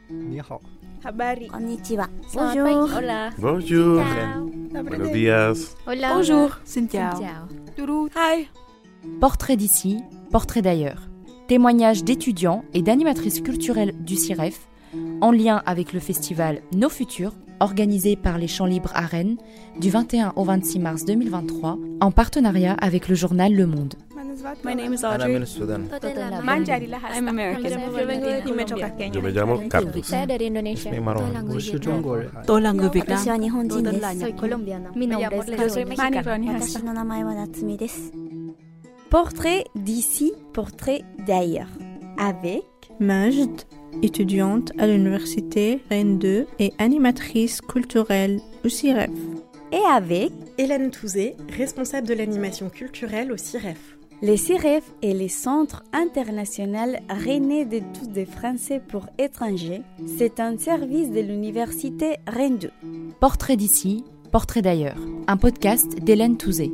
Ni hao. Habari. Konnichiwa. Bonjour. Hola. Bonjour. Ciao. Buenos días. Hola. Bonjour. Ciao. Tourou. Hi. Portrait d'ici, portrait d'ailleurs. Témoignages d'étudiants et d'animatrices culturelles du CIREF en lien avec le festival Nos Futurs, organisé par les Champs Libres à Rennes du 21 au 26 mars 2023, en partenariat avec le journal Le Monde. My name is أنا Audrey. من السودان. Manjari Lahasta. I'm American. Nimetoka Kenya. Yo me llamo Carlos. Saya dari Indonesia. اسمي مروان. Langue Vietnam. トーラングベトナ私は日本人です。 Soy colombiana. Mi nombre es Yo soy Carolina. mexicana. 私の名前は夏美です。Portrait d'ici, portrait d'ailleurs. Avec Majd, étudiante à l'université Rennes 2 et animatrice culturelle au CIREF. et avec Hélène Touzé, responsable de l'animation culturelle au CIREF. les CIREF et les Centres international rennais d'études des Français pour étrangers. C'est un service de l'université Rennes 2. Portrait d'ici, portrait d'ailleurs. Un podcast d'Hélène Touzé.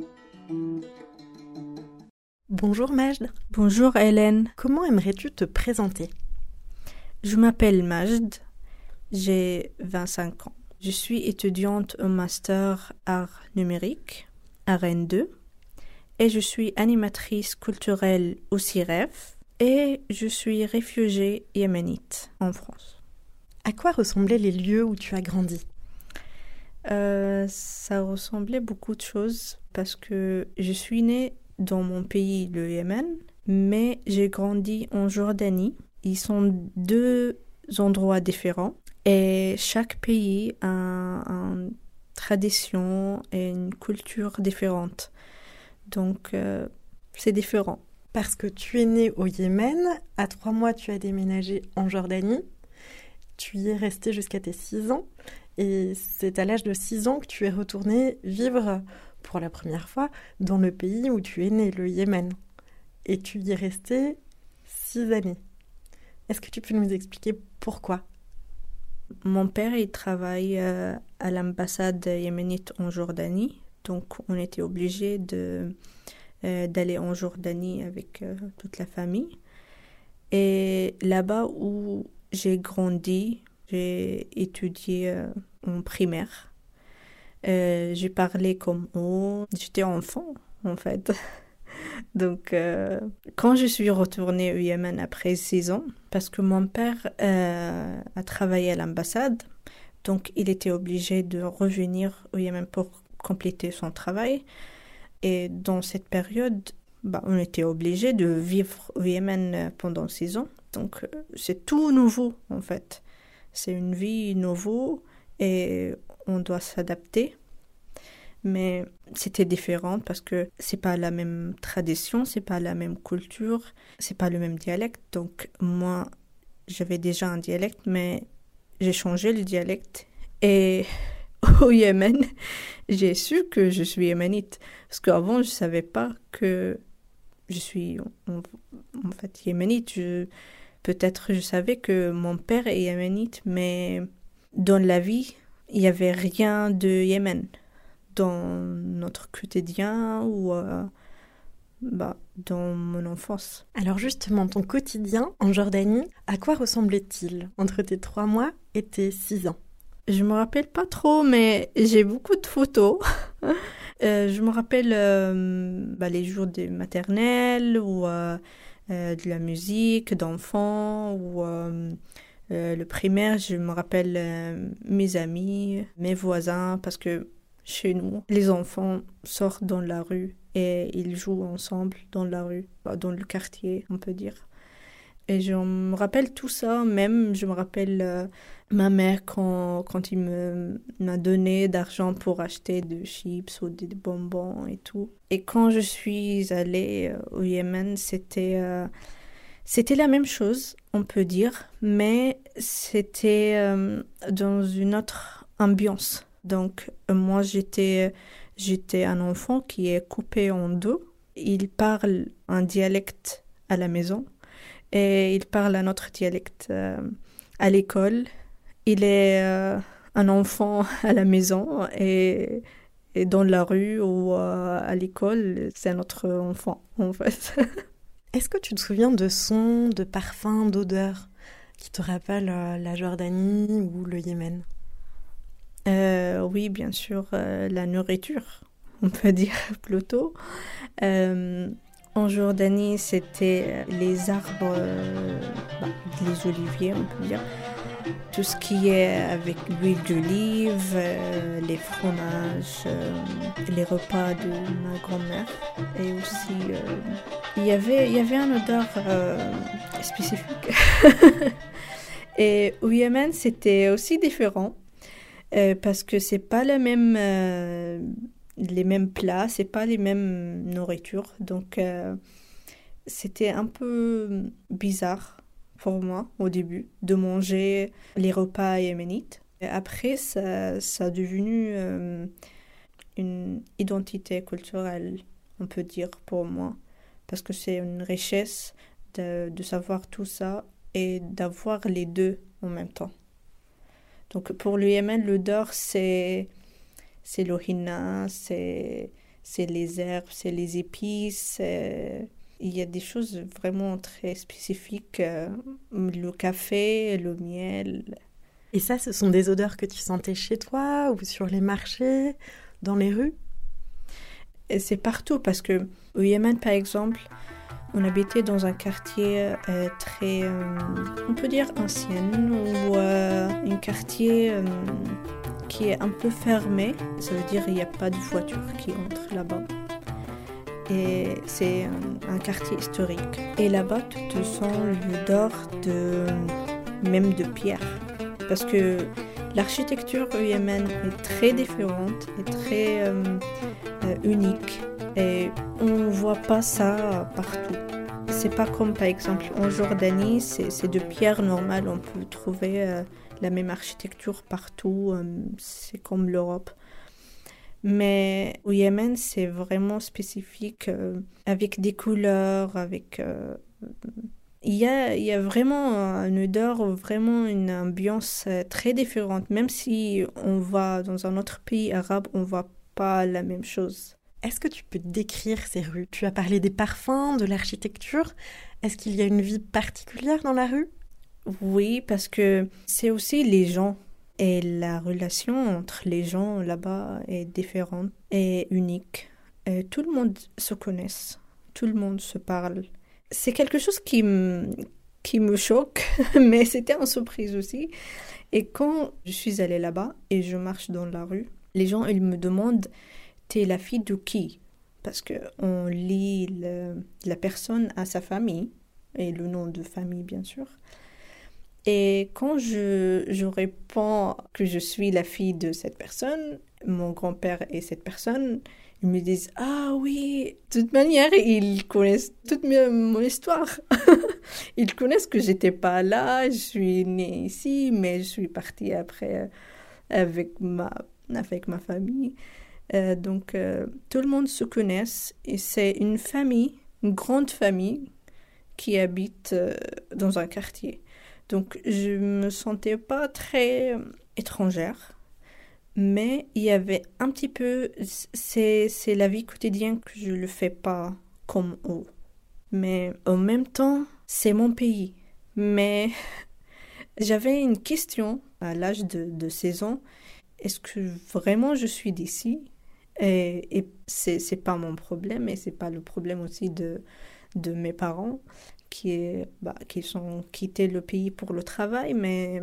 Bonjour Majd, Bonjour Hélène, comment aimerais-tu te présenter? je m'appelle Majd, j'ai 25 ans. Je suis étudiante au master art numérique à Rennes 2 et je suis animatrice culturelle au CIREF et je suis réfugiée yéménite en France. À quoi ressemblaient les lieux où tu as grandi? Ça ressemblait beaucoup de choses parce que je suis née dans mon pays, le Yémen, mais j'ai grandi en Jordanie. Ils sont deux endroits différents et chaque pays a une tradition et une culture différente. Donc, c'est différent. Parce que tu es née au Yémen, à 3 mois tu as déménagé en Jordanie, tu y es restée jusqu'à tes 6 ans, et c'est à l'âge de 6 ans que tu es retournée vivre pour la première fois dans le pays où tu es née, le Yémen. Et tu y es restée 6 années. Est-ce que tu peux nous expliquer pourquoi? Mon père, il travaille à l'ambassade yéménite en Jordanie, donc on était obligés d'aller en Jordanie avec toute la famille. Et là-bas où j'ai grandi, j'ai étudié en primaire. J'ai parlé comme eux. J'étais enfant, en fait. Donc, quand je suis retournée au Yémen après 6 ans, parce que mon père a travaillé à l'ambassade, donc il était obligé de revenir au Yémen pour compléter son travail. Et dans cette période, on était obligé de vivre au Yémen pendant 6 ans. Donc, c'est tout nouveau, en fait. C'est une vie nouveau et on doit s'adapter. Mais c'était différent parce que c'est pas la même tradition, c'est pas la même culture, c'est pas le même dialecte. Donc, moi, j'avais déjà un dialecte, mais j'ai changé le dialecte. Et au Yémen, j'ai su que je suis yéménite. Parce qu'avant, je savais pas que je suis en fait yéménite. Peut-être je savais que mon père est yéménite, mais dans la vie, il n'y avait rien de Yémen dans notre quotidien ou dans mon enfance. Alors justement, ton quotidien en Jordanie, à quoi ressemblait-il entre tes 3 mois et tes 6 ans? Je me rappelle pas trop, mais j'ai beaucoup de photos. Je me rappelle les jours des maternelles ou de la musique d'enfants ou le primaire. Je me rappelle mes amis, mes voisins, parce que chez nous, les enfants sortent dans la rue et ils jouent ensemble dans la rue, dans le quartier, on peut dire. Et je me rappelle tout ça, même je me rappelle ma mère quand il m'a donné d'argent pour acheter des chips ou des bonbons et tout. Et quand je suis allée au Yémen, c'était la même chose, on peut dire, mais c'était dans une autre ambiance. Donc moi j'étais un enfant qui est coupé en deux. Il parle un dialecte à la maison. Et il parle un autre dialecte à l'école. Il est un enfant à la maison et dans la rue ou à l'école, c'est un autre enfant, en fait. Est-ce que tu te souviens de sons, de parfums, d'odeurs qui te rappellent la Jordanie ou le Yémen? Oui, bien sûr, la nourriture, on peut dire plutôt. En Jordanie, c'était les arbres, les oliviers, on peut dire. Tout ce qui est avec l'huile d'olive, les fromages, les repas de ma grand-mère. Et aussi, il y avait une odeur spécifique. Et au Yémen, c'était aussi différent parce que c'est pas les mêmes plats, c'est pas les mêmes nourritures. Donc, c'était un peu bizarre pour moi au début de manger les repas yéménites. Et après, ça a devenu une identité culturelle, on peut dire, pour moi. Parce que c'est une richesse de savoir tout ça et d'avoir les deux en même temps. Donc pour le Yémen, l'odeur, c'est le henna, c'est les herbes, c'est les épices. Il y a des choses vraiment très spécifiques, le café, le miel. Et ça, ce sont des odeurs que tu sentais chez toi ou sur les marchés, dans les rues? Et c'est partout parce que au Yémen, par exemple, on habitait dans un quartier très, on peut dire ancien, ou un quartier qui est un peu fermé. Ça veut dire qu'il n'y a pas de voiture qui entre là-bas. Et c'est un quartier historique. Et là-bas, tu te sens l'odeur même de pierre. Parce que l'architecture au Yémen est très différente et très unique. Et on ne voit pas ça partout. C'est pas comme par exemple en Jordanie, c'est de pierre normale. On peut trouver la même architecture partout. C'est comme l'Europe. Mais au Yémen, c'est vraiment spécifique, avec des couleurs, avec... Il y a vraiment une odeur, vraiment une ambiance très différente. Même si on va dans un autre pays arabe, on ne voit pas la même chose. Est-ce que tu peux décrire ces rues? Tu as parlé des parfums, de l'architecture. Est-ce qu'il y a une vie particulière dans la rue? Oui, parce que c'est aussi les gens. Et la relation entre les gens là-bas est différente et unique. Et tout le monde se connaît, tout le monde se parle. C'est quelque chose qui me choque, mais c'était une surprise aussi. Et quand je suis allée là-bas et je marche dans la rue, les gens ils me demandent « T'es la fille de qui ?» Parce qu'on lit la personne à sa famille, et le nom de famille bien sûr. Et quand je réponds que je suis la fille de cette personne, mon grand-père et cette personne, ils me disent « Ah oui, de toute manière, ils connaissent toute mon histoire. Ils connaissent que j'étais pas là, je suis née ici, mais je suis partie après avec ma famille. » Donc, tout le monde se connaît et c'est une famille, une grande famille qui habite dans un quartier. Donc, je ne me sentais pas très étrangère, mais il y avait un petit peu... C'est la vie quotidienne que je ne le fais pas comme eux. Mais en même temps, c'est mon pays. Mais j'avais une question à l'âge de 16 ans. Est-ce que vraiment je suis d'ici? Et c'est pas mon problème et c'est pas le problème aussi de mes parents qui sont quittés le pays pour le travail, mais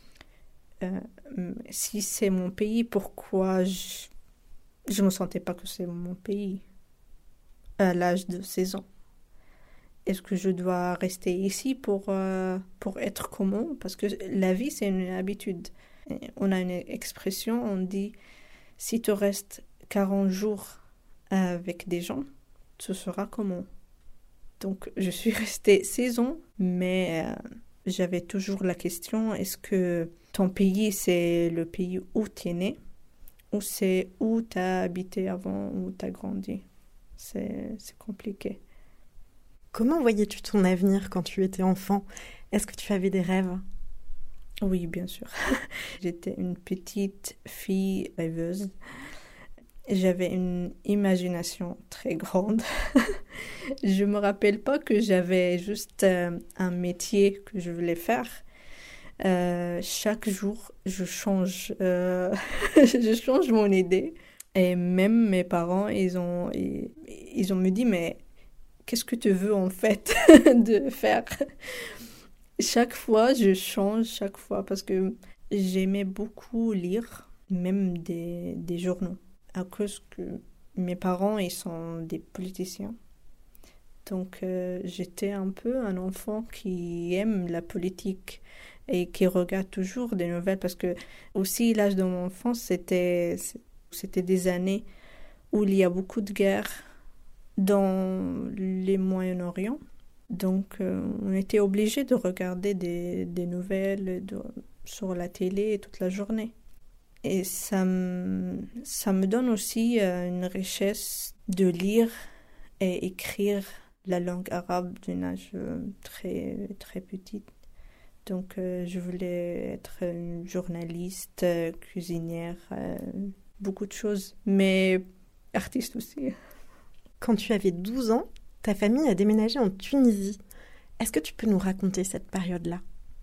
si c'est mon pays, pourquoi je me sentais pas que c'est mon pays à l'âge de 16 ans? Est-ce que je dois rester ici pour être commun? Parce que la vie, c'est une habitude. On a une expression, on dit, si tu restes 40 jours avec des gens, ce sera commun. Donc, je suis restée 16 ans, mais j'avais toujours la question, est-ce que ton pays, c'est le pays où tu es né, ou c'est où tu as habité avant, où tu as grandi? C'est compliqué. Comment voyais-tu ton avenir quand tu étais enfant? Est-ce que tu avais des rêves? Oui, bien sûr. J'étais une petite fille rêveuse. J'avais une imagination très grande. Je me rappelle pas que j'avais juste un métier que je voulais faire, Chaque jour, je change, je change mon idée. Et même mes parents, ils ont me dit, mais qu'est-ce que tu veux en fait de faire? Chaque fois, je change, chaque fois, parce que j'aimais beaucoup lire, même des journaux, à cause que mes parents, ils sont des politiciens. Donc, j'étais un peu un enfant qui aime la politique et qui regarde toujours des nouvelles, parce que aussi, l'âge de mon enfance, c'était des années où il y a beaucoup de guerres dans les Moyen-Orient. Donc, on était obligé de regarder des nouvelles sur la télé toute la journée. Et ça me donne aussi une richesse de lire et écrire la langue arabe d'un âge très, très petit. Donc, je voulais être une journaliste, cuisinière, beaucoup de choses, mais artiste aussi. Quand tu avais 12 ans, ta famille a déménagé en Tunisie. Est-ce que tu peux nous raconter cette période-là?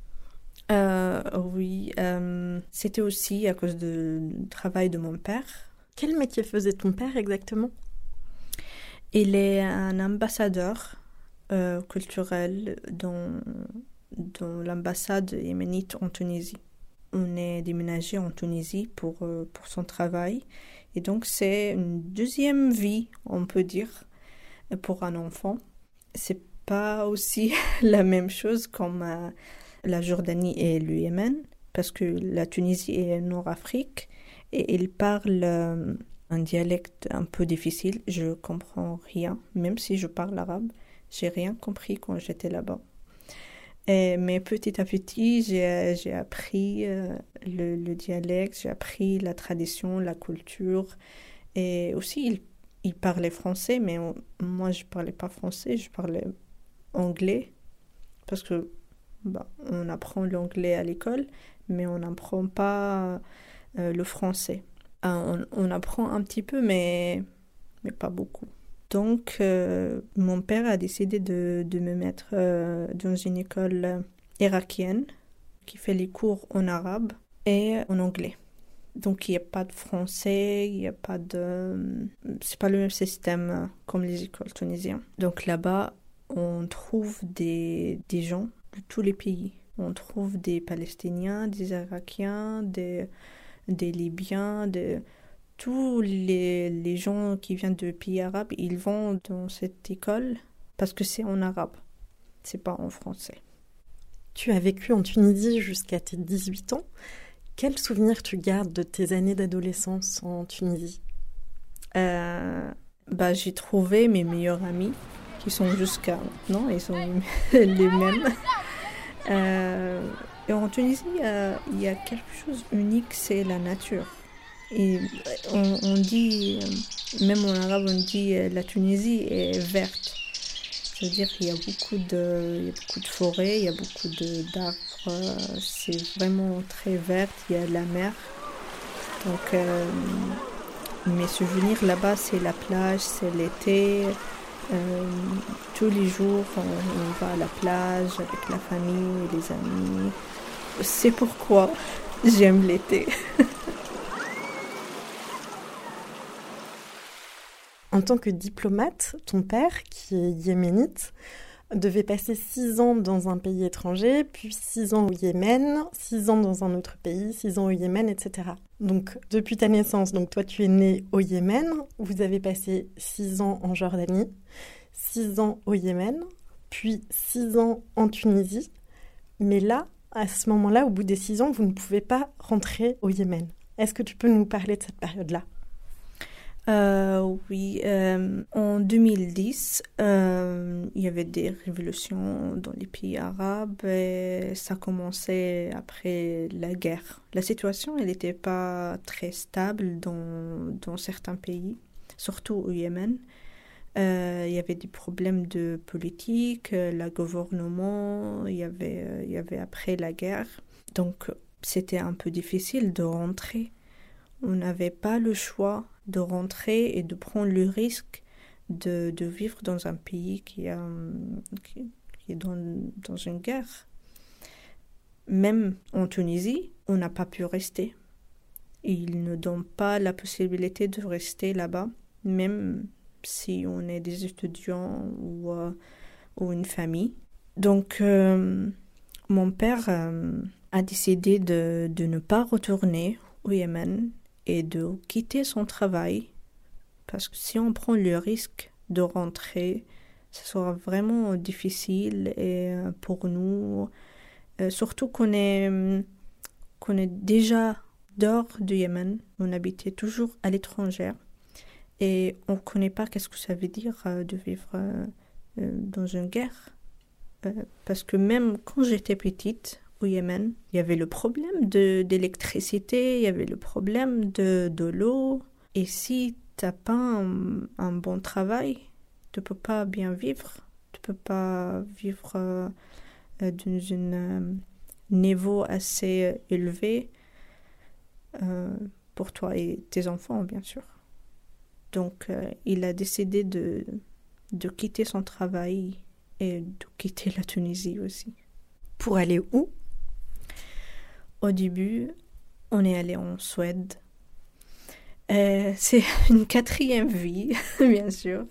Oui, c'était aussi à cause du travail de mon père. Quel métier faisait ton père exactement? Il est un ambassadeur culturel dans l'ambassade yéménite en Tunisie. On est déménagé en Tunisie pour son travail. Et donc, c'est une deuxième vie, on peut dire, pour un enfant. C'est pas aussi la même chose comme la Jordanie et le Yémen, parce que la Tunisie est Nord-Afrique et ils parlent un dialecte un peu difficile. Je comprends rien, même si je parle arabe, j'ai rien compris quand j'étais là-bas. Mais petit à petit, j'ai appris le dialecte, j'ai appris la tradition, la culture. Et aussi, ils parlaient français, mais moi, je ne parlais pas français, je parlais anglais. Parce que on apprend l'anglais à l'école, mais on n'apprend pas le français. On apprend un petit peu, mais pas beaucoup. Donc, mon père a décidé de me mettre dans une école irakienne qui fait les cours en arabe et en anglais. Donc, il n'y a pas de français, il n'y a pas de... C'est pas le même système comme les écoles tunisiennes. Donc, là-bas, on trouve des gens de tous les pays. On trouve des Palestiniens, des Irakiens, des Libyens, tous les gens qui viennent de pays arabes, ils vont dans cette école parce que c'est en arabe, c'est pas en français. Tu as vécu en Tunisie jusqu'à tes 18 ans. Quels souvenirs tu gardes de tes années d'adolescence en Tunisie? J'ai trouvé mes meilleurs amis qui sont jusqu'à maintenant, ils sont les mêmes. Et en Tunisie, il y a quelque chose d'unique, c'est la nature. Et on dit, même en arabe, on dit la Tunisie est verte. Ça veut dire qu'il y a beaucoup de forêts, il y a beaucoup d'arbres. C'est vraiment très vert, il y a la mer. Donc, mes souvenirs là-bas, c'est la plage, c'est l'été. Tous les jours, on va à la plage avec la famille et les amis. C'est pourquoi j'aime l'été. En tant que diplomate, ton père, qui est yéménite, devait passer 6 ans dans un pays étranger, puis 6 ans au Yémen, 6 ans dans un autre pays, 6 ans au Yémen, etc. Donc, depuis ta naissance, donc toi tu es né au Yémen, vous avez passé 6 ans en Jordanie, 6 ans au Yémen, puis 6 ans en Tunisie. Mais là, à ce moment-là, au bout des 6 ans, vous ne pouvez pas rentrer au Yémen. Est-ce que tu peux nous parler de cette période-là? Oui, en 2010, il y avait des révolutions dans les pays arabes et ça commençait après la guerre. La situation, elle n'était pas très stable dans certains pays, surtout au Yémen. Il y avait des problèmes de politique, le gouvernement, il y avait après la guerre. Donc, c'était un peu difficile de rentrer. On n'avait pas le choix de rentrer et de prendre le risque de vivre dans un pays qui est dans une guerre. même en Tunisie, on n'a pas pu rester. Ils ne donnent pas la possibilité de rester là-bas, même si on est des étudiants ou une famille. Donc, mon père a décidé de ne pas retourner au Yémen et de quitter son travail, parce que si on prend le risque de rentrer, ce sera vraiment difficile et pour nous, surtout qu'on est déjà dehors du Yémen, on habitait toujours à l'étranger et on ne connaît pas qu'est-ce que ça veut dire de vivre dans une guerre. Parce que même quand j'étais petite au Yémen, il y avait le problème d'électricité, il y avait le problème de l'eau. Et si tu n'as pas un bon travail, tu ne peux pas bien vivre. Tu ne peux pas vivre dans un niveau assez élevé pour toi et tes enfants, bien sûr. Donc, il a décidé de quitter son travail et de quitter la Tunisie aussi. Pour aller où? Au début, on est allé en Suède. C'est une 4e vie, bien sûr.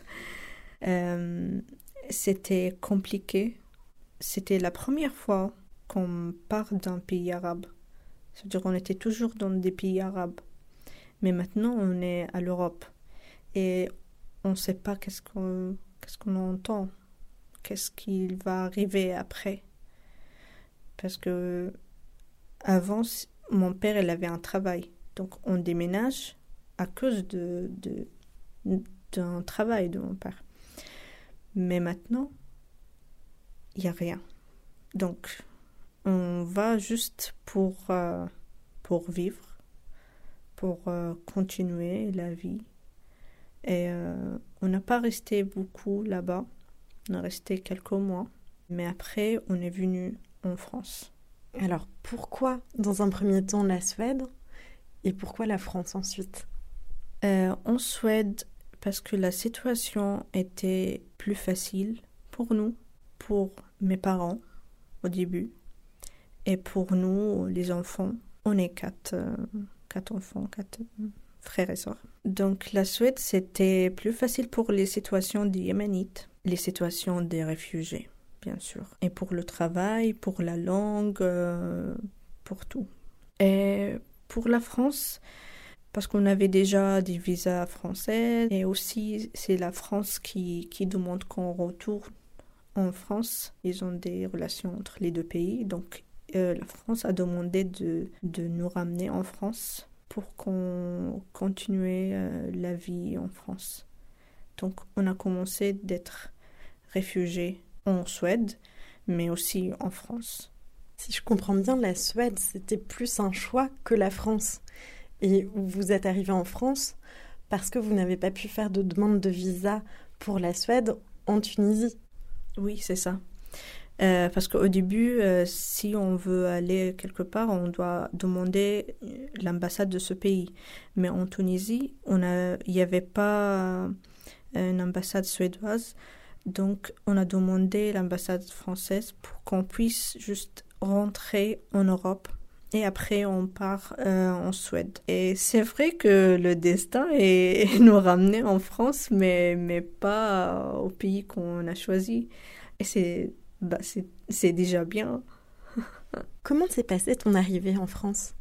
C'était compliqué. C'était la première fois qu'on part d'un pays arabe. C'est-à-dire qu'on était toujours dans des pays arabes. Mais maintenant, on est à l'Europe. Et on ne sait pas qu'est-ce qu'on entend. Qu'est-ce qui va arriver après. Parce que avant, mon père, il avait un travail. Donc, on déménage à cause d'un travail de mon père. Mais maintenant, il n'y a rien. Donc, on va juste pour vivre, pour continuer la vie. Et on n'a pas resté beaucoup là-bas. On est resté quelques mois. Mais après, on est venu en France. Alors, pourquoi, dans un premier temps, la Suède et pourquoi la France ensuite? En Suède, parce que la situation était plus facile pour nous, pour mes parents au début, et pour nous, les enfants. On est 4 enfants, 4 frères et sœurs. Donc la Suède, c'était plus facile pour les situations des Yéménites, les situations des réfugiés, bien sûr. Et pour le travail, pour la langue, pour tout. Et pour la France, parce qu'on avait déjà des visas français, et aussi c'est la France qui demande qu'on retourne en France. Ils ont des relations entre les deux pays, donc la France a demandé de nous ramener en France pour qu'on continue la vie en France. Donc on a commencé d'être réfugiés en Suède, mais aussi en France. Si je comprends bien, la Suède, c'était plus un choix que la France. Et vous êtes arrivé en France parce que vous n'avez pas pu faire de demande de visa pour la Suède en Tunisie. Oui, c'est ça. Parce qu'au début, si on veut aller quelque part, on doit demander l'ambassade de ce pays. Mais en Tunisie, il n'y avait pas une ambassade suédoise. Donc, on a demandé l'ambassade française pour qu'on puisse juste rentrer en Europe. Et après, on part en Suède. Et c'est vrai que le destin nous ramenait en France, mais pas au pays qu'on a choisi. Et c'est déjà bien. Comment s'est passée ton arrivée en France?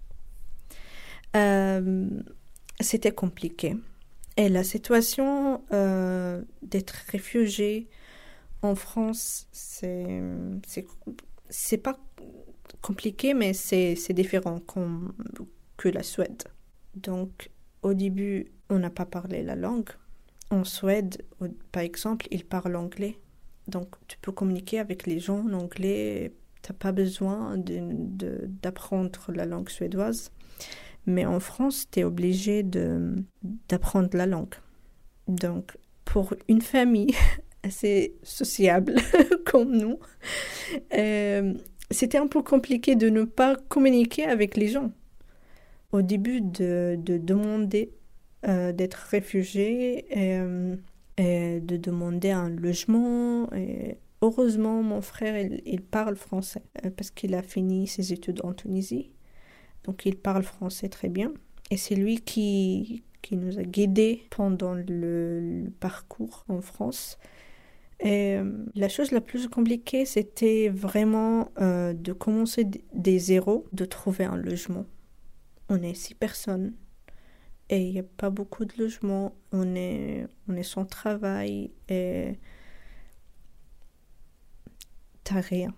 C'était compliqué. Et la situation d'être réfugié en France, c'est pas compliqué, mais c'est différent que la Suède. Donc, au début, on n'a pas parlé la langue. En Suède, par exemple, ils parlent anglais. Donc, tu peux communiquer avec les gens en anglais. Tu n'as pas besoin d'apprendre la langue suédoise. Mais en France, tu es obligé d'apprendre la langue. Donc, pour une famille assez sociable comme nous, c'était un peu compliqué de ne pas communiquer avec les gens. Au début, de demander d'être réfugié et de demander un logement. Et Heureusement, mon frère, il parle français parce qu'il a fini ses études en Tunisie. Donc, il parle français très bien. Et c'est lui qui nous a guidés pendant le parcours en France. Et la chose la plus compliquée, c'était vraiment de commencer des zéros, de trouver un logement. On est 6 personnes et il n'y a pas beaucoup de logements. On est sans travail et t'as rien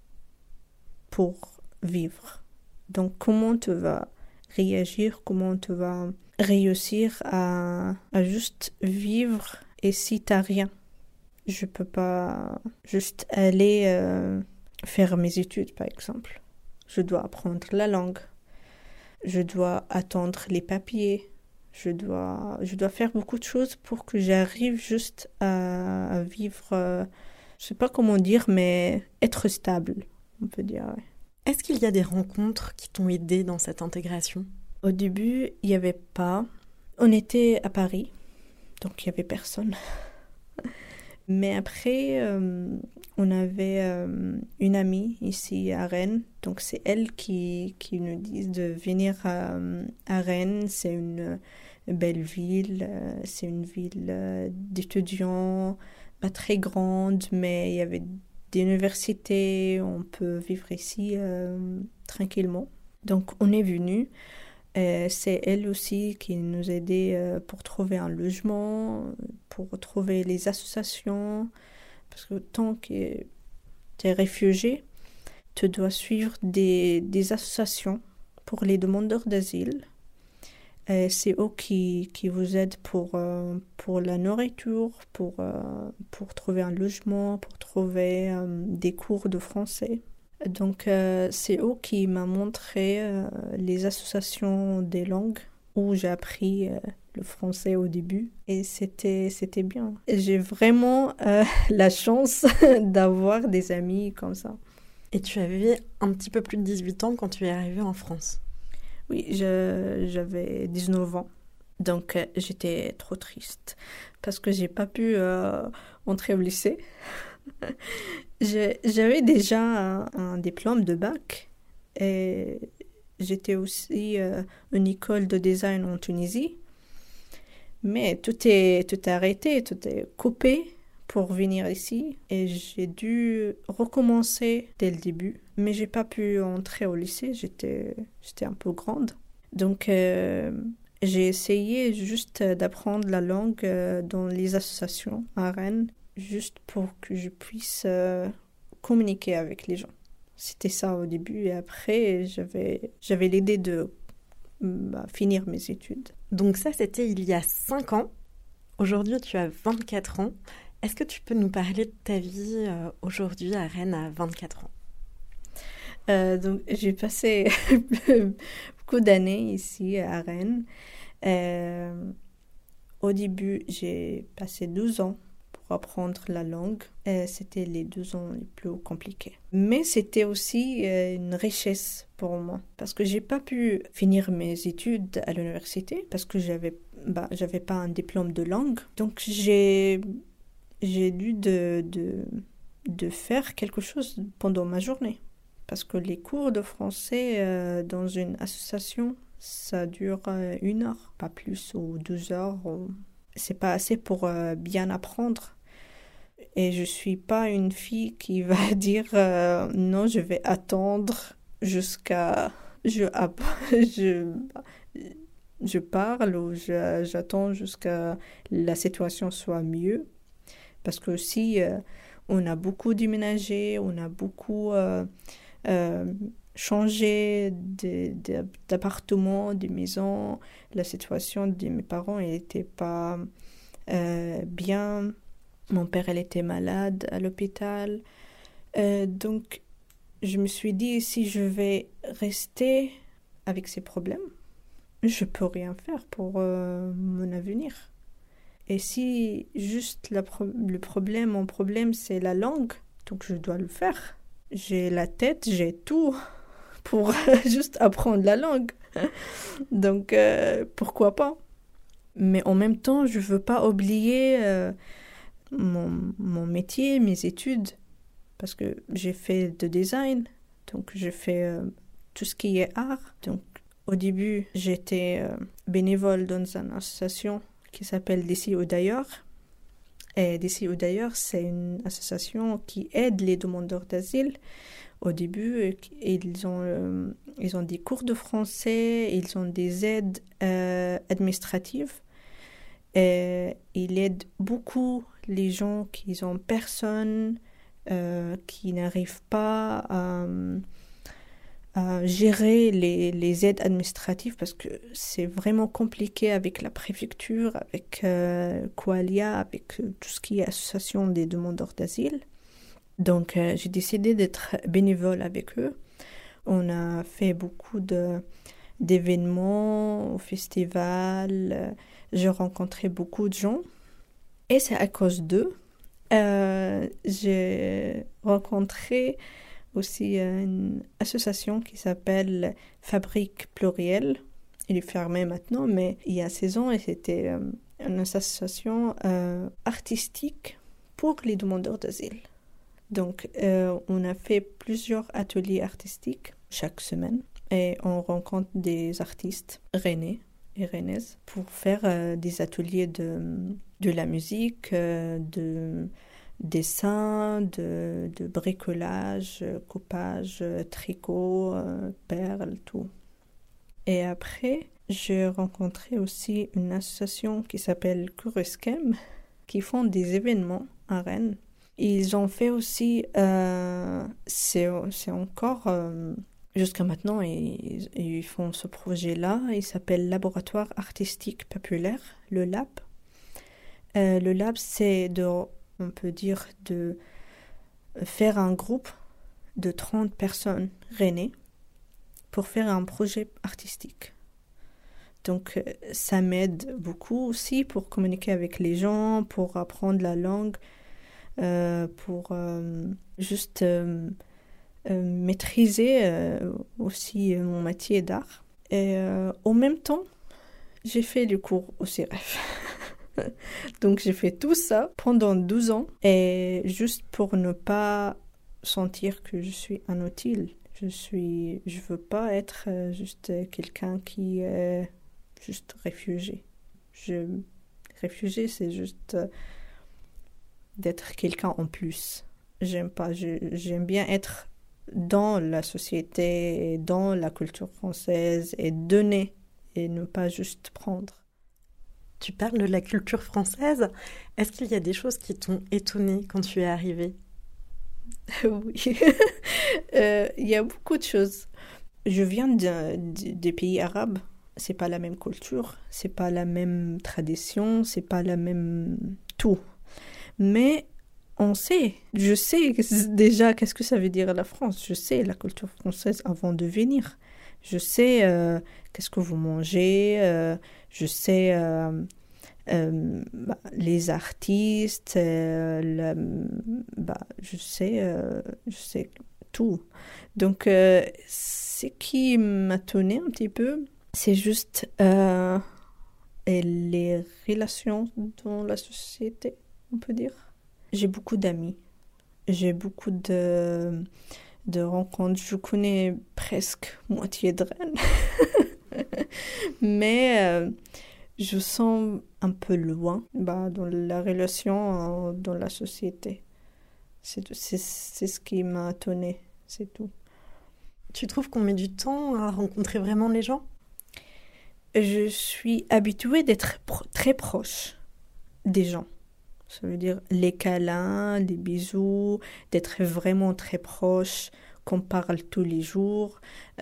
pour vivre. Donc comment tu vas réagir, comment tu vas réussir à juste vivre et si t'as rien? Je peux pas juste aller faire mes études, par exemple. Je dois apprendre la langue. Je dois attendre les papiers. Je dois faire beaucoup de choses pour que j'arrive juste à vivre, je sais pas comment dire, mais être stable, on peut dire. Ouais. Est-ce qu'il y a des rencontres qui t'ont aidé dans cette intégration? Au début, il n'y avait pas. On était à Paris, donc il n'y avait personne. Mais après, on avait une amie ici à Rennes. Donc c'est elle qui nous dit de venir à Rennes. C'est une belle ville. C'est une ville d'étudiants, pas très grande, mais il y avait des universités. On peut vivre ici tranquillement. Donc on est venu. C'est elle aussi qui nous aidait pour trouver un logement, pour trouver les associations. Parce que tant que tu es réfugié, tu dois suivre des associations pour les demandeurs d'asile. C'est eux qui vous aident pour la nourriture, pour trouver un logement, pour trouver des cours de français. Donc, c'est eux qui m'ont montré les associations des langues où j'ai appris le français au début et c'était bien. J'ai vraiment la chance d'avoir des amis comme ça. Et tu avais un petit peu plus de 18 ans quand tu es arrivée en France? Oui, j'avais 19 ans. Donc, j'étais trop triste parce que j'ai pas pu entrer au lycée. J'avais déjà un diplôme de bac et j'étais aussi une école de design en Tunisie. Mais tout est arrêté, tout est coupé pour venir ici et j'ai dû recommencer dès le début. Mais j'ai pas pu entrer au lycée, j'étais un peu grande. Donc j'ai essayé juste d'apprendre la langue dans les associations à Rennes, juste pour que je puisse communiquer avec les gens. C'était ça au début et après j'avais l'idée de finir mes études. Donc ça c'était il y a 5 ans. Aujourd'hui tu as 24 ans. Est-ce que tu peux nous parler de ta vie aujourd'hui à Rennes à 24 ans? Donc j'ai passé beaucoup d'années ici à Rennes. Au début j'ai passé 12 ans pour apprendre la langue. C'était les 2 ans les plus compliqués. Mais c'était aussi une richesse pour moi parce que j'ai pas pu finir mes études à l'université parce que j'avais pas un diplôme de langue. Donc j'ai dû de faire quelque chose pendant ma journée parce que les cours de français dans une association ça dure 1 heure, pas plus, ou 2 heures. C'est pas assez pour bien apprendre. Et je suis pas une fille qui va dire non, je vais attendre jusqu'à je parle ou j'attends jusqu'à la situation soit mieux. Parce que aussi on a beaucoup déménagé, on a beaucoup changé d'appartement, de maison. La situation de mes parents n'était pas bien. Mon père, elle était malade à l'hôpital. Donc, je me suis dit, si je vais rester avec ces problèmes, je peux rien faire pour mon avenir. Et si juste mon problème, c'est la langue, donc je dois le faire. J'ai la tête, j'ai tout pour juste apprendre la langue. Donc, pourquoi pas? Mais en même temps, je veux pas oublier mon métier, mes études. parce que j'ai fait de design, donc j'ai fait tout ce qui est art. Donc au début, j'étais bénévole dans une association qui s'appelle D'ici ou d'ailleurs. Et D'ici ou d'ailleurs, c'est une association qui aide les demandeurs d'asile. Au début, ils ont des cours de français, ils ont des aides administratives. Et ils aident beaucoup les gens qui ont personne, qui n'arrivent pas à gérer les aides administratives parce que c'est vraiment compliqué avec la préfecture, avec Qualia, avec tout ce qui est association des demandeurs d'asile. Donc j'ai décidé d'être bénévole avec eux. On a fait beaucoup d'événements au festival. J'ai rencontré beaucoup de gens. Et c'est à cause d'eux. J'ai rencontré aussi une association qui s'appelle Fabrique Plurielle. Elle est fermée maintenant, mais il y a 16 ans, et c'était une association artistique pour les demandeurs d'asile. Donc, on a fait plusieurs ateliers artistiques chaque semaine et on rencontre des artistes rennais et rennaises pour faire des ateliers de la musique, de dessin, de bricolage, coupage, tricot, perles, tout. Et après, j'ai rencontré aussi une association qui s'appelle Kuruskem, qui font des événements à Rennes. Ils ont fait aussi, c'est encore, jusqu'à maintenant, ils font ce projet-là. Il s'appelle Laboratoire Artistique Populaire, le LAP. Le LAP, c'est on peut dire, de faire un groupe de 30 personnes rennais pour faire un projet artistique. Donc, ça m'aide beaucoup aussi pour communiquer avec les gens, pour apprendre la langue, pour juste maîtriser aussi mon métier d'art. Et en même temps, j'ai fait du cours au CIREF. Donc j'ai fait tout ça pendant 12 ans et juste pour ne pas sentir que je suis inutile. Je veux pas être juste quelqu'un qui est juste réfugié. Réfugié, c'est juste d'être quelqu'un en plus. J'aime pas. J'aime bien être dans la société, dans la culture française et donner et ne pas juste prendre. Tu parles de la culture française. Est-ce qu'il y a des choses qui t'ont étonnée quand tu es arrivée ? Oui, il y a beaucoup de choses. Je viens des pays arabes. C'est pas la même culture, c'est pas la même tradition, c'est pas la même tout. Mais je sais déjà qu'est-ce que ça veut dire la France. Je sais la culture française avant de venir. Je sais qu'est-ce que vous mangez, je sais les artistes, je sais tout. Donc, ce qui m'a étonnée un petit peu, c'est juste les relations dans la société, on peut dire. J'ai beaucoup d'amis, j'ai beaucoup de rencontres. Je connais presque moitié de Rennes. Mais je sens un peu loin dans la relation dans la société. C'est ce qui m'a étonnée, c'est tout. Tu trouves qu'on met du temps à rencontrer vraiment les gens ? Je suis habituée d'être très proche des gens. Ça veut dire les câlins, les bisous, d'être vraiment très proche, qu'on parle tous les jours.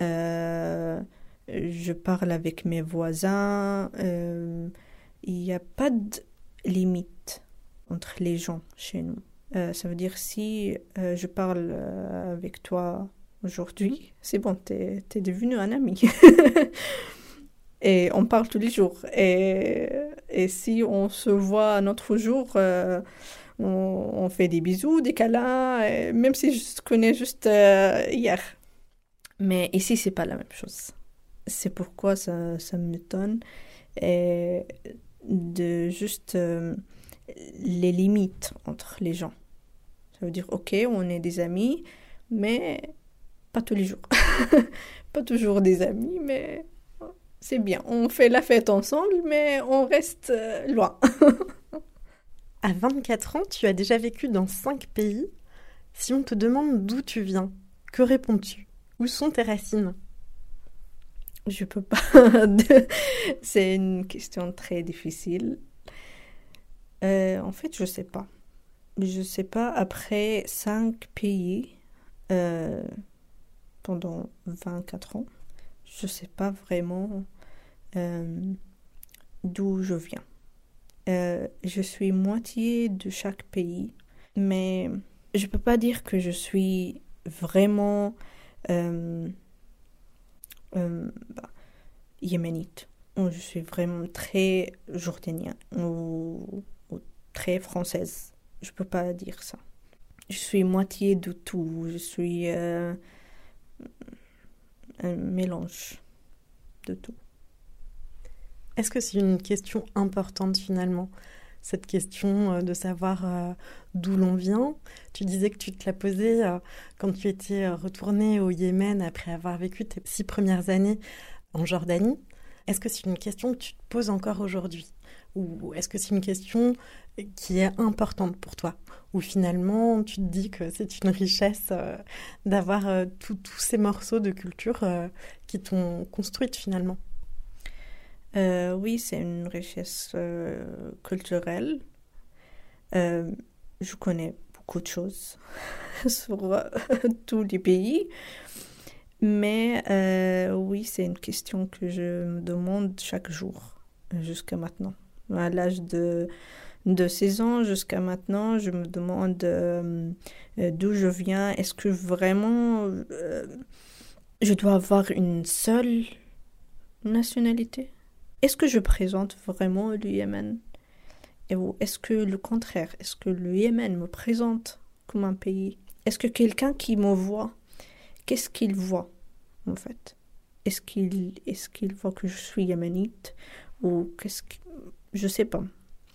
Je parle avec mes voisins. Il n'y a pas de limite entre les gens chez nous. Ça veut dire si je parle avec toi aujourd'hui, c'est bon, t'es devenu un ami. Et on parle tous les jours. Et si on se voit un autre jour, on fait des bisous, des câlins, même si je te connais juste hier. Mais ici, c'est pas la même chose. C'est pourquoi ça m'étonne. Et de juste les limites entre les gens. Ça Ça veut dire, ok, on est des amis, mais pas tous les jours. Pas toujours des amis, mais c'est bien. On fait la fête ensemble, mais on reste loin. À 24 ans, tu as déjà vécu dans 5 pays. Si on te demande d'où tu viens, que réponds-tu? Où sont tes racines? Je peux pas. C'est une question très difficile. En fait, je sais pas. Je sais pas. Après 5 pays, pendant 24 ans, je sais pas vraiment d'où je viens. Je suis moitié de chaque pays, mais je peux pas dire que je suis vraiment yéménite, ou je suis vraiment très jordanien ou très française. Je peux pas dire ça. Je suis moitié de tout. Je suis un mélange de tout. Est-ce que c'est une question importante finalement, cette question de savoir d'où l'on vient? Tu disais que tu te la posais quand tu étais retournée au Yémen après avoir vécu tes 6 premières années en Jordanie. Est-ce que c'est une question que tu te poses encore aujourd'hui? Ou est-ce que c'est une question qui est importante pour toi? Ou finalement tu te dis que c'est une richesse d'avoir tous ces morceaux de culture qui t'ont construite finalement? Oui, c'est une richesse culturelle. Je connais beaucoup de choses sur tous les pays. Mais oui, c'est une question que je me demande chaque jour, jusqu'à maintenant. À l'âge de 16 ans jusqu'à maintenant, je me demande d'où je viens. Est-ce que vraiment je dois avoir une seule nationalité? Est-ce que je présente vraiment le Yémen? Ou est-ce que le contraire? Est-ce que le Yémen me présente comme un pays? Est-ce que quelqu'un qui me voit, qu'est-ce qu'il voit en fait? Est-ce qu'il voit que je suis yéménite? Ou je sais pas.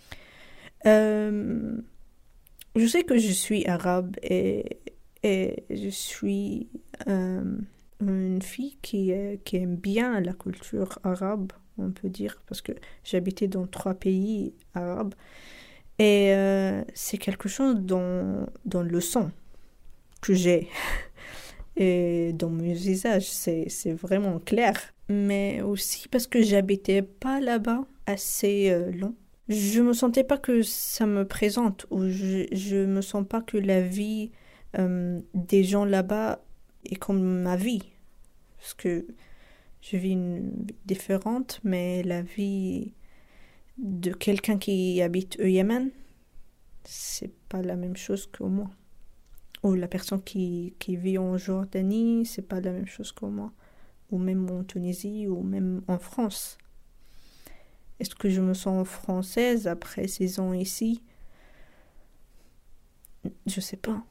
Je sais que je suis arabe et je suis une fille qui aime bien la culture arabe, on peut dire, parce que j'habitais dans 3 pays arabes. Et c'est quelque chose dans le sang que j'ai. Et dans mes visages, c'est vraiment clair. Mais aussi parce que j'habitais pas là-bas assez long. Je me sentais pas que ça me présente, ou je me sens pas que la vie des gens là-bas est comme ma vie. Parce que je vis une vie différente, mais la vie de quelqu'un qui habite au Yémen, c'est pas la même chose que moi. Ou la personne qui vit en Jordanie, c'est pas la même chose que moi. Ou même en Tunisie, ou même en France. Est-ce que je me sens française après 6 ans ici? Je sais pas.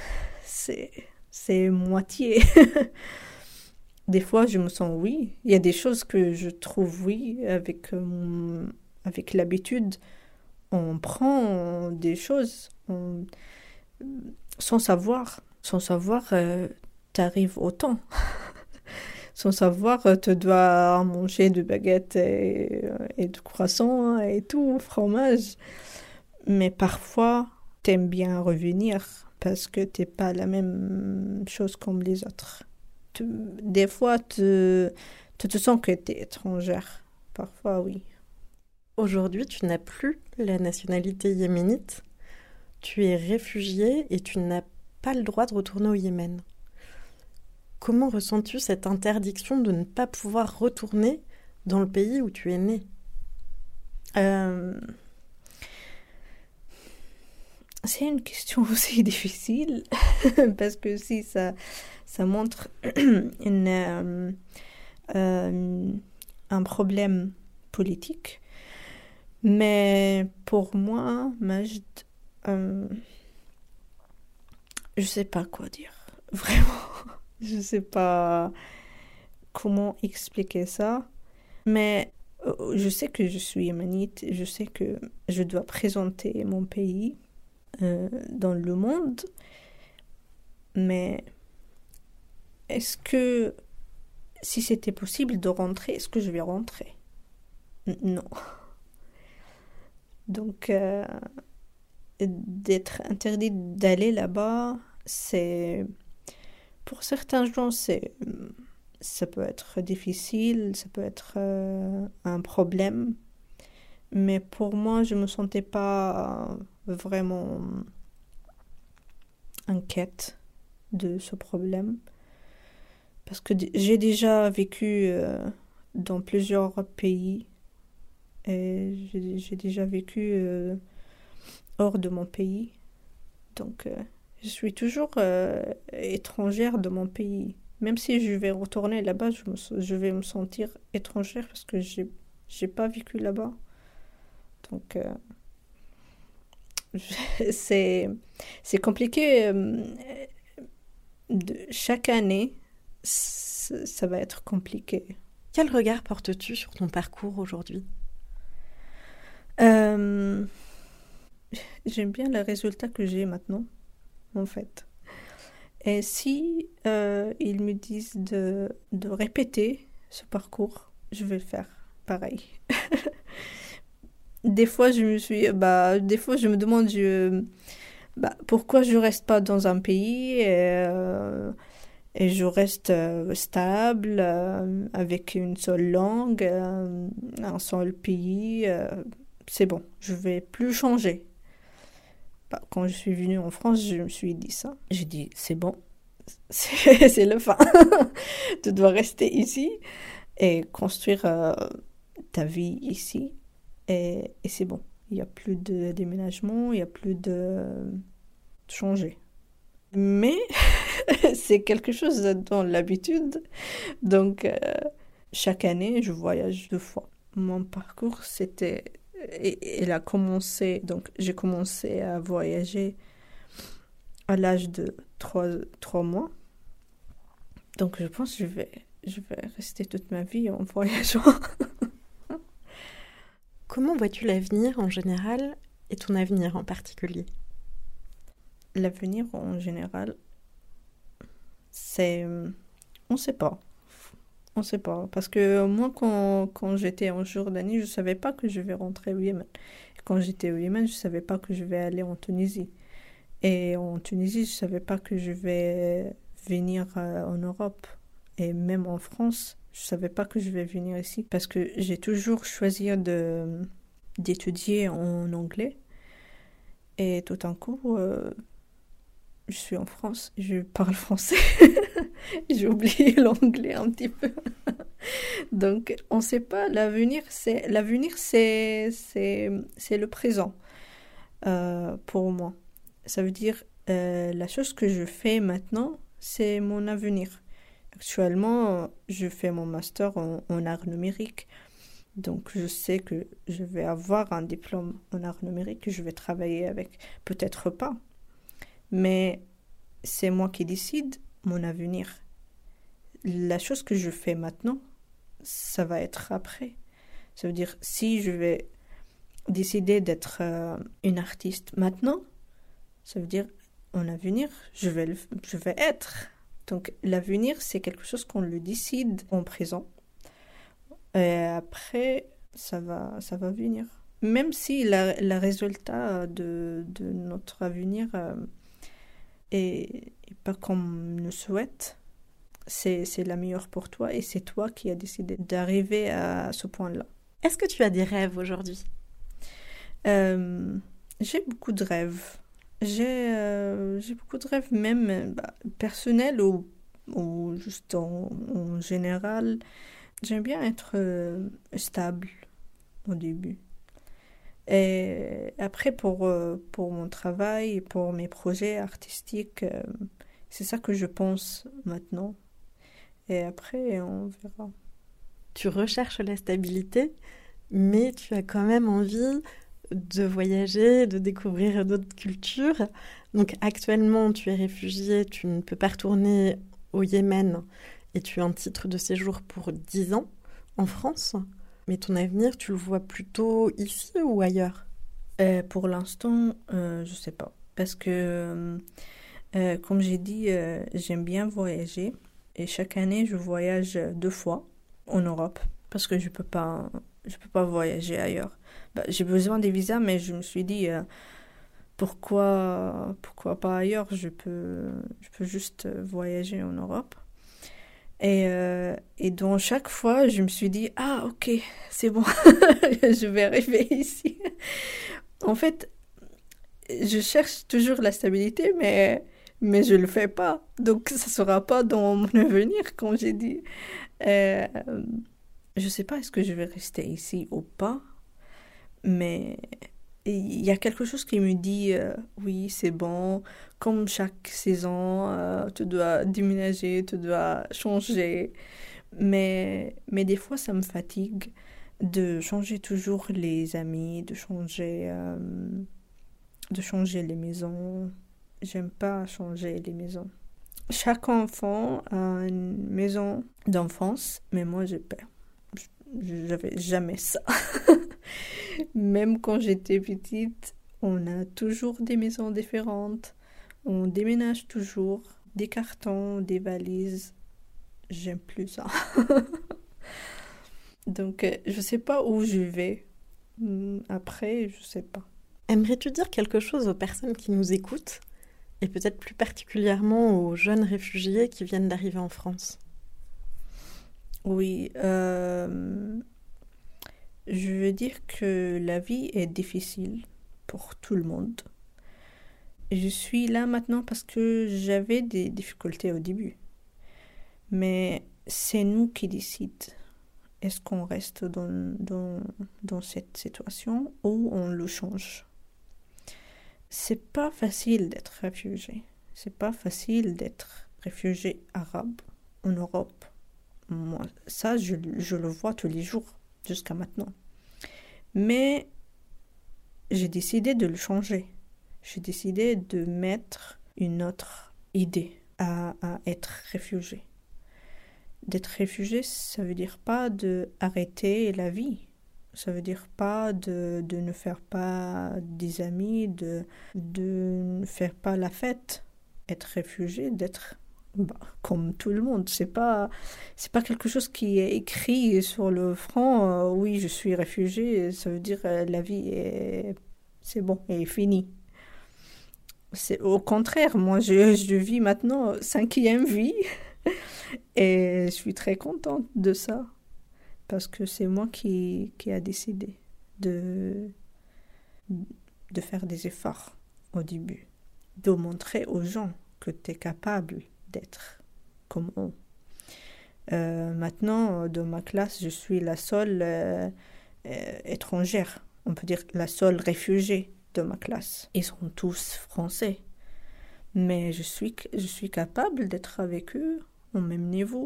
C'est moitié. Des fois, je me sens oui. Il y a des choses que je trouve oui avec l'habitude. On prend des choses sans savoir. Sans savoir, t'arrives au temps. Sans savoir, tu dois manger de baguettes et de croissants et tout, fromage. Mais parfois, t'aimes bien revenir parce que t'es pas la même chose comme les autres. Des fois, tu te sens que t'es étrangère. Parfois, oui. Aujourd'hui, tu n'as plus la nationalité yéménite. Tu es réfugiée et tu n'as pas le droit de retourner au Yémen. Comment ressens-tu cette interdiction de ne pas pouvoir retourner dans le pays où tu es née? C'est une question aussi difficile parce que si ça montre un problème politique. Mais pour moi, Majd, je sais pas quoi dire. Vraiment, je sais pas comment expliquer ça. Mais je sais que je suis yéménite. Je sais que je dois présenter mon pays. dans le monde. Mais est-ce que si c'était possible de rentrer, est-ce que je vais rentrer? Non. Donc, d'être interdit d'aller là-bas, pour certains gens, ça peut être difficile, ça peut être un problème. Mais pour moi, je ne me sentais pas vraiment inquiète de ce problème. Parce que j'ai déjà vécu dans plusieurs pays. Et j'ai déjà vécu hors de mon pays. Donc, je suis toujours étrangère de mon pays. Même si je vais retourner là-bas, je vais me sentir étrangère parce que j'ai pas vécu là-bas. Donc, c'est compliqué. Chaque année, ça va être compliqué. Quel regard portes-tu sur ton parcours aujourd'hui ? J'aime bien les résultats que j'ai maintenant, en fait. Et si ils me disent de répéter ce parcours, je vais le faire pareil. Des fois, je me demande pourquoi je reste pas dans un pays et je reste stable avec une seule langue, un seul pays. C'est bon, je vais plus changer. Quand je suis venue en France, je me suis dit ça. J'ai dit, c'est bon, c'est le fin. Tu dois rester ici et construire ta vie ici. Et c'est bon. Il n'y a plus de déménagement, il n'y a plus de changer. Mais c'est quelque chose dans l'habitude. Donc, chaque année, je voyage 2 fois. Mon parcours, il a commencé, donc j'ai commencé à voyager à l'âge de 3 mois. Donc je pense que je vais rester toute ma vie en voyageant. Comment vois-tu l'avenir en général et ton avenir en particulier ? L'avenir en général, on ne sait pas. On ne sait pas. Parce que moi, quand j'étais en Jordanie, je ne savais pas que je vais rentrer au Yémen. Quand j'étais au Yémen, je ne savais pas que je vais aller en Tunisie. Et en Tunisie, je ne savais pas que je vais venir en Europe. Et même en France, je ne savais pas que je vais venir ici. Parce que j'ai toujours choisi d'étudier en anglais. Et tout d'un coup, je suis en France, je parle français. J'ai oublié l'anglais un petit peu. Donc, on ne sait pas. L'avenir, c'est le présent pour moi. Ça veut dire la chose que je fais maintenant, c'est mon avenir. Actuellement, je fais mon master en art numérique. Donc, je sais que je vais avoir un diplôme en art numérique que je vais travailler avec. Peut-être pas. Mais c'est moi qui décide mon avenir. La chose que je fais maintenant, ça va être après. Ça veut dire, si je vais décider d'être une artiste maintenant, ça veut dire, en avenir, je vais être. Donc, l'avenir, c'est quelque chose qu'on le décide en présent. Et après, ça va venir. Même si le résultat de notre avenir est pas comme on le souhaite, c'est la meilleure pour toi et c'est toi qui as décidé d'arriver à ce point-là. Est-ce que tu as des rêves aujourd'hui ? J'ai beaucoup de rêves. J'ai beaucoup de rêves, même personnels ou juste en général. J'aime bien être stable au début. Et après, pour mon travail, pour mes projets artistiques, c'est ça que je pense maintenant. Et après, on verra. Tu recherches la stabilité, mais tu as quand même envie de voyager, de découvrir d'autres cultures. Donc actuellement, tu es réfugiée, tu ne peux pas retourner au Yémen et tu as un titre de séjour pour 10 ans en France. Mais ton avenir, tu le vois plutôt ici ou ailleurs ? Pour l'instant, je sais pas. parce que, comme j'ai dit, j'aime bien voyager. Et chaque année, je voyage 2 fois en Europe parce que je peux pas voyager ailleurs. J'ai besoin des visas, mais je me suis dit pourquoi pas ailleurs? Je peux juste voyager en Europe. Et donc chaque fois, je me suis dit ah ok, c'est bon, je vais arriver ici. En fait, je cherche toujours la stabilité, mais je le fais pas. Donc ça sera pas dans mon avenir, comme j'ai dit. Je sais pas est-ce que je vais rester ici ou pas, mais il y a quelque chose qui me dit oui, c'est bon. Comme chaque saison, tu dois déménager, tu dois changer. Mais des fois, ça me fatigue de changer toujours les amis, de changer les maisons. J'aime pas changer les maisons. Chaque enfant a une maison d'enfance, mais moi j'ai peur. J'avais jamais ça. Même quand j'étais petite, on a toujours des maisons différentes. On déménage toujours, des cartons, des valises. J'aime plus ça. Donc, je sais pas où je vais. Après, je sais pas. Aimerais-tu dire quelque chose aux personnes qui nous écoutent, et peut-être plus particulièrement aux jeunes réfugiés qui viennent d'arriver en France? Oui, je veux dire que la vie est difficile pour tout le monde. Je suis là maintenant parce que j'avais des difficultés au début. Mais c'est nous qui décidons. Est-ce qu'on reste dans cette situation ou on le change? C'est pas facile d'être réfugié. C'est pas facile d'être réfugié arabe en Europe. Moi, ça, je le vois tous les jours, jusqu'à maintenant. Mais j'ai décidé de le changer. J'ai décidé de mettre une autre idée à être réfugié. D'être réfugié, ça veut dire pas d'arrêter la vie. Ça veut dire pas de ne faire pas des amis, de ne faire pas la fête. Être réfugié, d'être comme tout le monde. C'est pas quelque chose qui est écrit sur le front. Oui, je suis réfugié. Ça veut dire la vie c'est bon, elle est finie. C'est au contraire. Moi, je vis maintenant 5e vie. Et je suis très contente de ça. Parce que c'est moi qui a décidé de faire des efforts au début. De montrer aux gens que tu es capable d'être comme eux. Maintenant, dans ma classe, je suis la seule étrangère. On peut dire la seule réfugiée de ma classe. Ils sont tous français. Mais je suis capable d'être avec eux au même niveau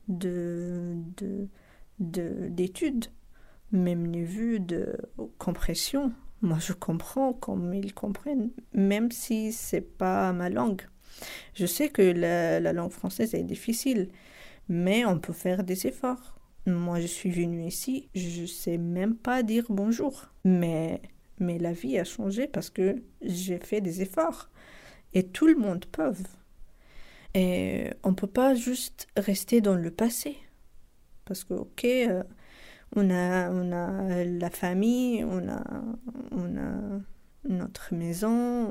d'études, même niveau de compréhension. Moi, je comprends comme ils comprennent, même si c'est pas ma langue. Je sais que la langue française est difficile, mais on peut faire des efforts. Moi, je suis venue ici, je sais même pas dire bonjour. Mais la vie a changé parce que j'ai fait des efforts. Et tout le monde peut. Et on peut pas juste rester dans le passé. Parce que, ok, on a la famille, on a notre maison,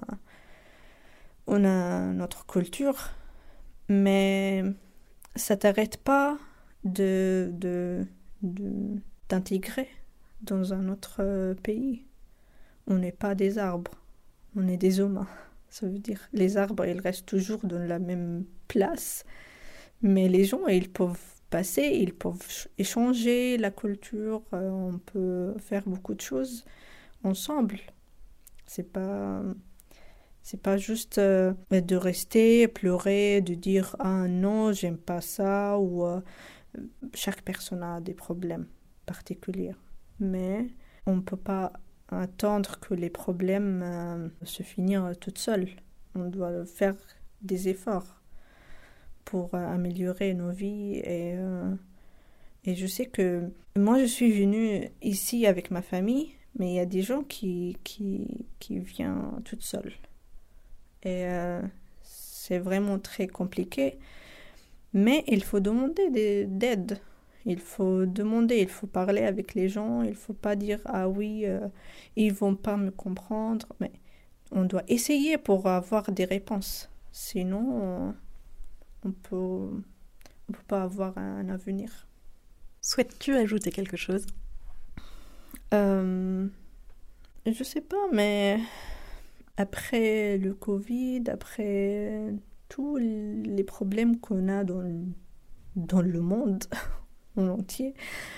on a notre culture, mais ça t'arrête pas d'intégrer dans un autre pays. On n'est pas des arbres, on est des humains. Ça veut dire les arbres, ils restent toujours dans la même place, mais les gens, ils peuvent passer, ils peuvent échanger la culture, on peut faire beaucoup de choses ensemble. C'est pas juste de rester, pleurer, de dire ah non, j'aime pas ça, ou chaque personne a des problèmes particuliers. Mais on peut pas attendre que les problèmes se finissent toutes seules. On doit faire des efforts pour améliorer nos vies et je sais que moi je suis venue ici avec ma famille, mais il y a des gens qui viennent toutes seules. Et c'est vraiment très compliqué. Mais il faut demander d'aide. Il faut demander, il faut parler avec les gens. Il ne faut pas dire « Ah oui, ils ne vont pas me comprendre ». Mais on doit essayer pour avoir des réponses. Sinon, on ne peut pas avoir un avenir. Souhaites-tu ajouter quelque chose ? Je ne sais pas, mais après le Covid, après tous les problèmes qu'on a dans le monde en entier,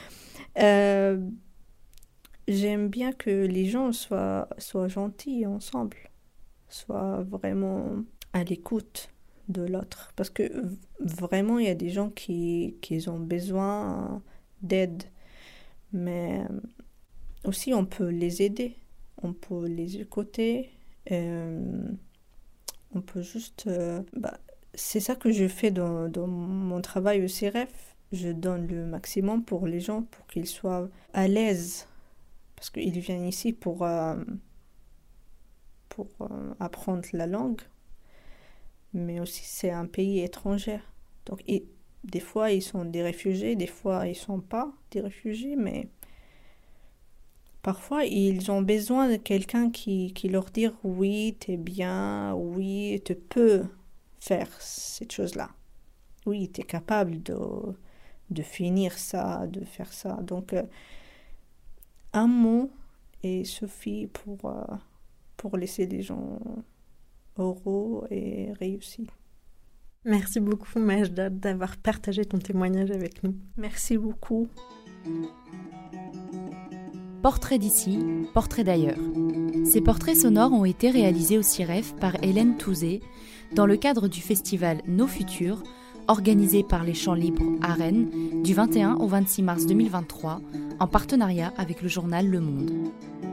j'aime bien que les gens soient gentils ensemble, soient vraiment à l'écoute de l'autre. Parce que vraiment, il y a des gens qui ont besoin d'aide. Mais aussi, on peut les aider. On peut les écouter. On peut juste... c'est ça que je fais dans mon travail au CIREF. Je donne le maximum pour les gens, pour qu'ils soient à l'aise. Parce qu'ils viennent ici pour apprendre la langue. Mais aussi, c'est un pays étranger. Donc, des fois, ils sont des réfugiés, des fois, ils ne sont pas des réfugiés, mais parfois, ils ont besoin de quelqu'un qui leur dit « Oui, t'es bien, oui, tu peux faire cette chose-là. Oui, t'es capable de finir ça, de faire ça. » Donc, un mot suffit pour laisser les gens heureux et réussis. Merci beaucoup Majda d'avoir partagé ton témoignage avec nous. Merci beaucoup. Portrait d'ici, portrait d'ailleurs. Ces portraits sonores ont été réalisés au CIREF par Hélène Touzé dans le cadre du festival Nos Futurs, organisé par les Champs Libres à Rennes du 21 au 26 mars 2023 en partenariat avec le journal Le Monde.